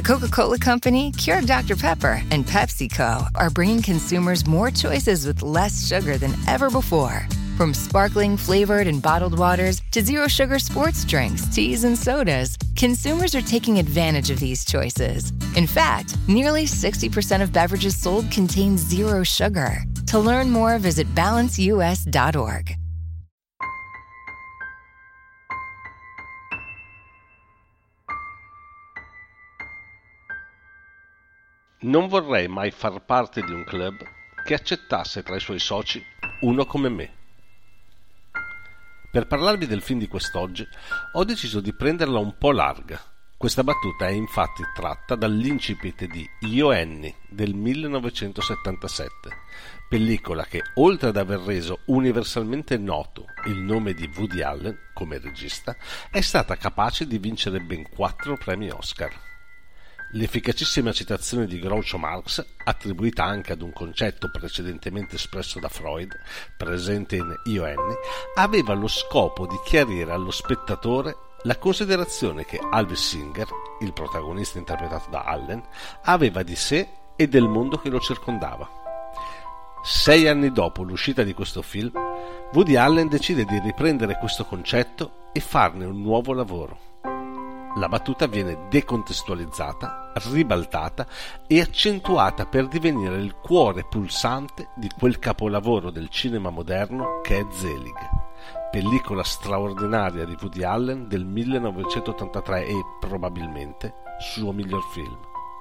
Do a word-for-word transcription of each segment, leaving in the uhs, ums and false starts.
Coca-Cola Company, Keurig Doctor Pepper, and PepsiCo are bringing consumers more choices with less sugar than ever before. From sparkling, flavored, and bottled waters to zero-sugar sports drinks, teas, and sodas, consumers are taking advantage of these choices. In fact, nearly sixty percent of beverages sold contain zero sugar. To learn more, visit balance u s dot org. Non vorrei mai far parte di un club che accettasse tra i suoi soci uno come me. Per parlarvi del film di quest'oggi ho deciso di prenderla un po' larga. Questa battuta è infatti tratta dall'incipit di Io Annie del millenovecentosettantasette, pellicola che, oltre ad aver reso universalmente noto il nome di Woody Allen come regista, è stata capace di vincere ben quattro premi Oscar. L'efficacissima citazione di Groucho Marx, attribuita anche ad un concetto precedentemente espresso da Freud, presente in Io Annie, aveva lo scopo di chiarire allo spettatore la considerazione che Alvy Singer, il protagonista interpretato da Allen, aveva di sé e del mondo che lo circondava. Sei anni dopo l'uscita di questo film, Woody Allen decide di riprendere questo concetto e farne un nuovo lavoro. La battuta viene decontestualizzata, ribaltata e accentuata per divenire il cuore pulsante di quel capolavoro del cinema moderno che è Zelig, pellicola straordinaria di Woody Allen del millenovecentottantatré e probabilmente suo miglior film.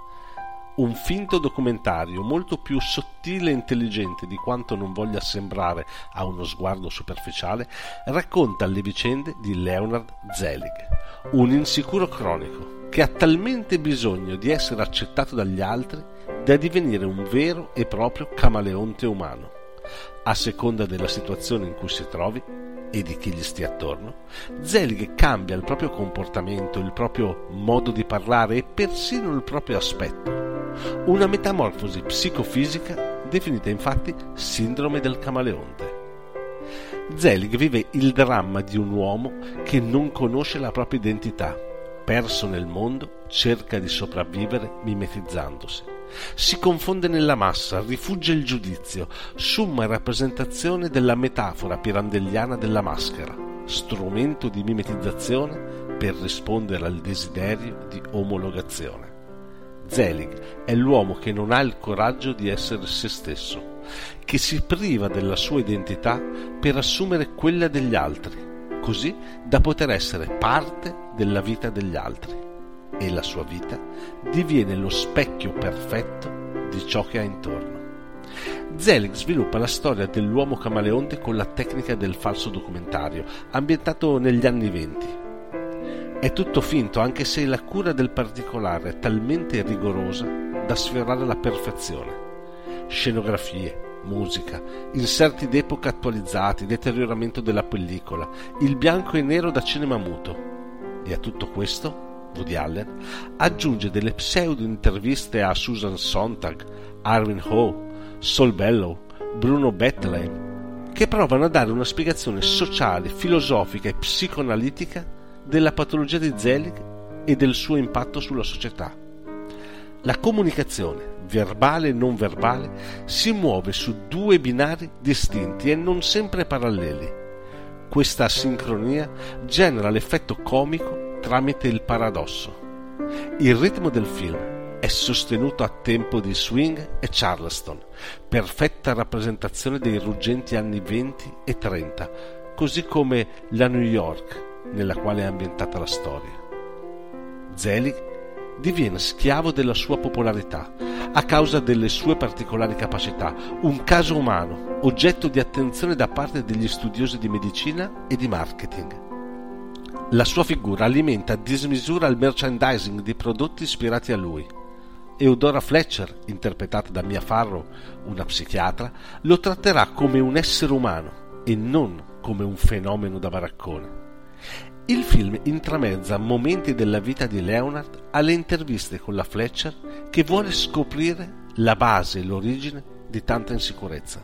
Un finto documentario molto più sottile e intelligente di quanto non voglia sembrare a uno sguardo superficiale, racconta le vicende di Leonard Zelig, un insicuro cronico che ha talmente bisogno di essere accettato dagli altri da divenire un vero e proprio camaleonte umano. A seconda della situazione in cui si trovi e di chi gli stia attorno, Zelig cambia il proprio comportamento, il proprio modo di parlare e persino il proprio aspetto. Una metamorfosi psicofisica definita infatti sindrome del camaleonte. Zelig vive il dramma di un uomo che non conosce la propria identità, perso nel mondo, cerca di sopravvivere mimetizzandosi. Si confonde nella massa, rifugge il giudizio, summa rappresentazione della metafora pirandelliana della maschera, strumento di mimetizzazione per rispondere al desiderio di omologazione. Zelig è l'uomo che non ha il coraggio di essere se stesso, che si priva della sua identità per assumere quella degli altri, così da poter essere parte della vita degli altri, e la sua vita diviene lo specchio perfetto di ciò che ha intorno. Zelig sviluppa la storia dell'uomo camaleonte con la tecnica del falso documentario, ambientato negli anni venti. È tutto finto, anche se la cura del particolare è talmente rigorosa da sfiorare la perfezione. Scenografie, musica, inserti d'epoca attualizzati, deterioramento della pellicola, il bianco e nero da cinema muto. E a tutto questo Woody Allen aggiunge delle pseudo-interviste a Susan Sontag, Arvin Ho, Saul Bellow, Bruno Bettelheim, che provano a dare una spiegazione sociale, filosofica e psicoanalitica della patologia di Zelig e del suo impatto sulla società. La comunicazione, verbale e non verbale, si muove su due binari distinti e non sempre paralleli. Questa asincronia genera l'effetto comico tramite il paradosso. Il ritmo del film è sostenuto a tempo di swing e charleston, perfetta rappresentazione dei ruggenti anni venti e trenta, così come la New York nella quale è ambientata la storia. Zelig diviene schiavo della sua popolarità a causa delle sue particolari capacità, un caso umano, oggetto di attenzione da parte degli studiosi di medicina e di marketing. La sua figura alimenta a dismisura il merchandising di prodotti ispirati a lui. Eudora Fletcher, interpretata da Mia Farrow, una psichiatra, lo tratterà come un essere umano e non come un fenomeno da baraccone. Il film intramezza momenti della vita di Leonard alle interviste con la Fletcher che vuole scoprire la base e l'origine di tanta insicurezza.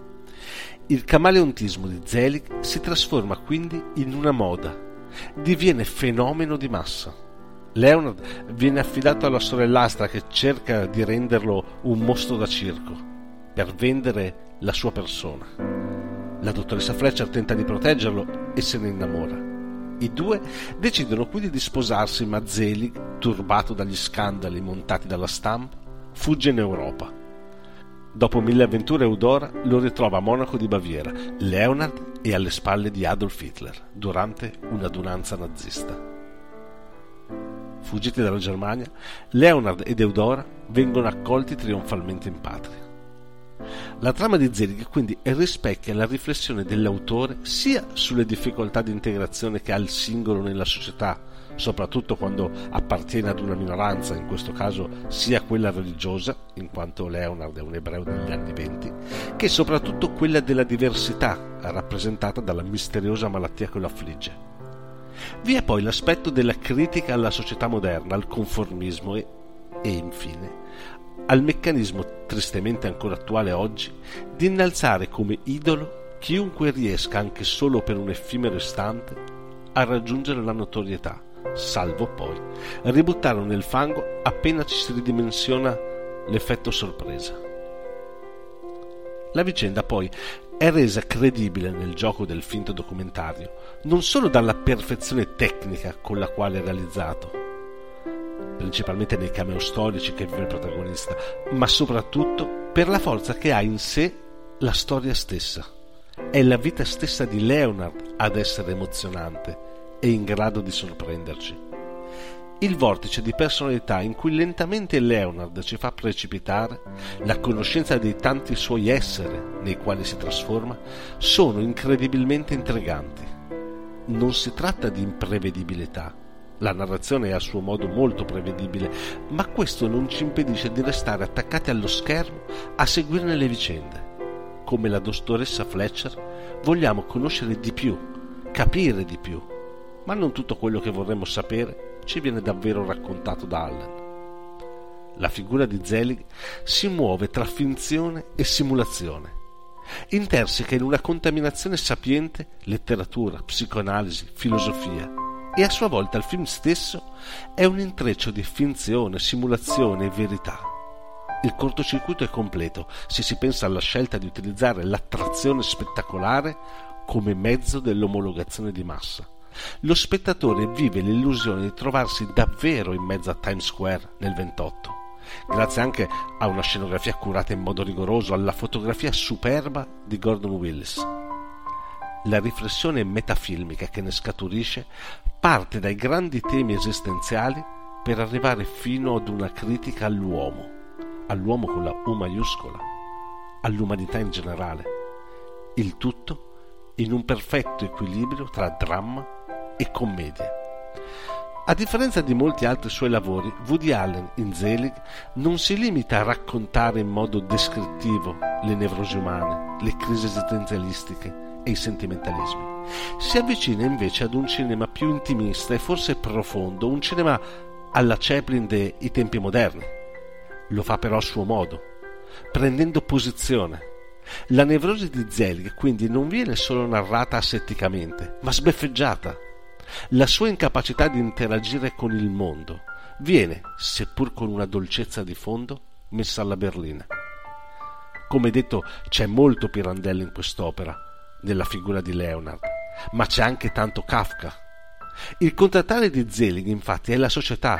Il camaleontismo di Zelig si trasforma quindi in una moda, diviene fenomeno di massa. Leonard viene affidato alla sorellastra che cerca di renderlo un mostro da circo per vendere la sua persona. La dottoressa Fletcher tenta di proteggerlo e se ne innamora. I due decidono quindi di sposarsi, ma Zelig, turbato dagli scandali montati dalla stampa, fugge in Europa. Dopo mille avventure Eudora lo ritrova a Monaco di Baviera. Leonard è alle spalle di Adolf Hitler durante un'adunanza nazista. Fuggiti dalla Germania, Leonard ed Eudora vengono accolti trionfalmente in patria. La trama di Zelig quindi rispecchia la riflessione dell'autore sia sulle difficoltà di integrazione che ha il singolo nella società, soprattutto quando appartiene ad una minoranza, in questo caso sia quella religiosa, in quanto Leonard è un ebreo degli anni venti, che soprattutto quella della diversità, rappresentata dalla misteriosa malattia che lo affligge. Vi è poi l'aspetto della critica alla società moderna, al conformismo e, e infine, al meccanismo tristemente ancora attuale oggi di innalzare come idolo chiunque riesca anche solo per un effimero istante a raggiungere la notorietà, salvo poi ributtarlo nel fango appena ci si ridimensiona l'effetto sorpresa. La vicenda poi è resa credibile nel gioco del finto documentario non solo dalla perfezione tecnica con la quale è realizzato, principalmente nei cameo storici che vive il protagonista, ma soprattutto per la forza che ha in sé la storia stessa. È la vita stessa di Leonard ad essere emozionante e in grado di sorprenderci. Il vortice di personalità in cui lentamente Leonard ci fa precipitare, la conoscenza dei tanti suoi esseri nei quali si trasforma, sono incredibilmente intriganti. Non si tratta di imprevedibilità. La narrazione è a suo modo molto prevedibile, ma questo non ci impedisce di restare attaccati allo schermo a seguirne le vicende. Come la dottoressa Fletcher, vogliamo conoscere di più, capire di più, ma non tutto quello che vorremmo sapere ci viene davvero raccontato da Allen. La figura di Zelig si muove tra finzione e simulazione. Interseca in una contaminazione sapiente letteratura, psicoanalisi, filosofia. E a sua volta il film stesso è un intreccio di finzione, simulazione e verità. Il cortocircuito è completo se si pensa alla scelta di utilizzare l'attrazione spettacolare come mezzo dell'omologazione di massa. Lo spettatore vive l'illusione di trovarsi davvero in mezzo a Times Square nel ventotto, grazie anche a una scenografia curata in modo rigoroso, alla fotografia superba di Gordon Willis. La riflessione metafilmica che ne scaturisce parte dai grandi temi esistenziali per arrivare fino ad una critica all'uomo, all'uomo con la U maiuscola, all'umanità in generale, il tutto in un perfetto equilibrio tra dramma e commedia. A differenza di molti altri suoi lavori, Woody Allen in Zelig non si limita a raccontare in modo descrittivo le nevrosi umane, le crisi esistenzialistiche e i sentimentalismi. Si avvicina invece ad un cinema più intimista e forse profondo, un cinema alla Chaplin dei tempi moderni. Lo fa però a suo modo, prendendo posizione. La nevrosi di Zelig quindi non viene solo narrata asetticamente, ma sbeffeggiata. La sua incapacità di interagire con il mondo viene, seppur con una dolcezza di fondo, messa alla berlina. Come detto, c'è molto Pirandello in quest'opera, nella figura di Leonard, ma c'è anche tanto Kafka. Il contrattale di Zelig infatti è la società,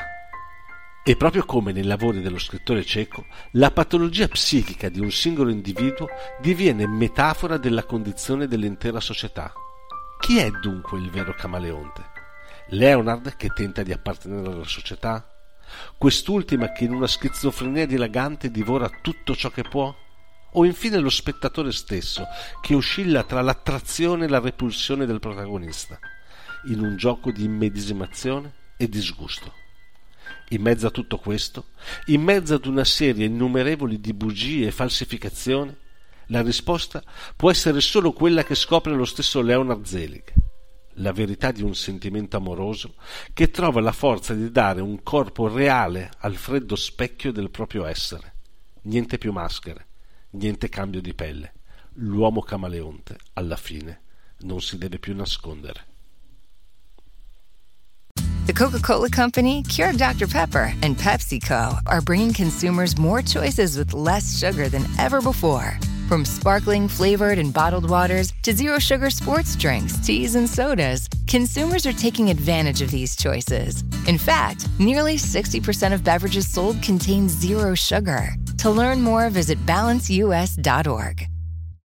e proprio come nei lavori dello scrittore ceco, la patologia psichica di un singolo individuo diviene metafora della condizione dell'intera società. Chi è dunque il vero camaleonte? Leonard che tenta di appartenere alla società? Quest'ultima che in una schizofrenia dilagante divora tutto ciò che può? O infine lo spettatore stesso, che oscilla tra l'attrazione e la repulsione del protagonista, in un gioco di immedesimazione e disgusto. In mezzo a tutto questo, in mezzo ad una serie innumerevoli di bugie e falsificazioni, la risposta può essere solo quella che scopre lo stesso Leonard Zelig, la verità di un sentimento amoroso che trova la forza di dare un corpo reale al freddo specchio del proprio essere. Niente più maschere, niente cambio di pelle. L'uomo camaleonte, alla fine, non si deve più nascondere. The Coca-Cola Company, Keurig Doctor Pepper, and PepsiCo are bringing consumers more choices with less sugar than ever before. From sparkling, flavored, and bottled waters to zero-sugar sports drinks, teas, and sodas, consumers are taking advantage of these choices. In fact, nearly sixty percent of beverages sold contain zero sugar. To learn more, visit balance U S dot org.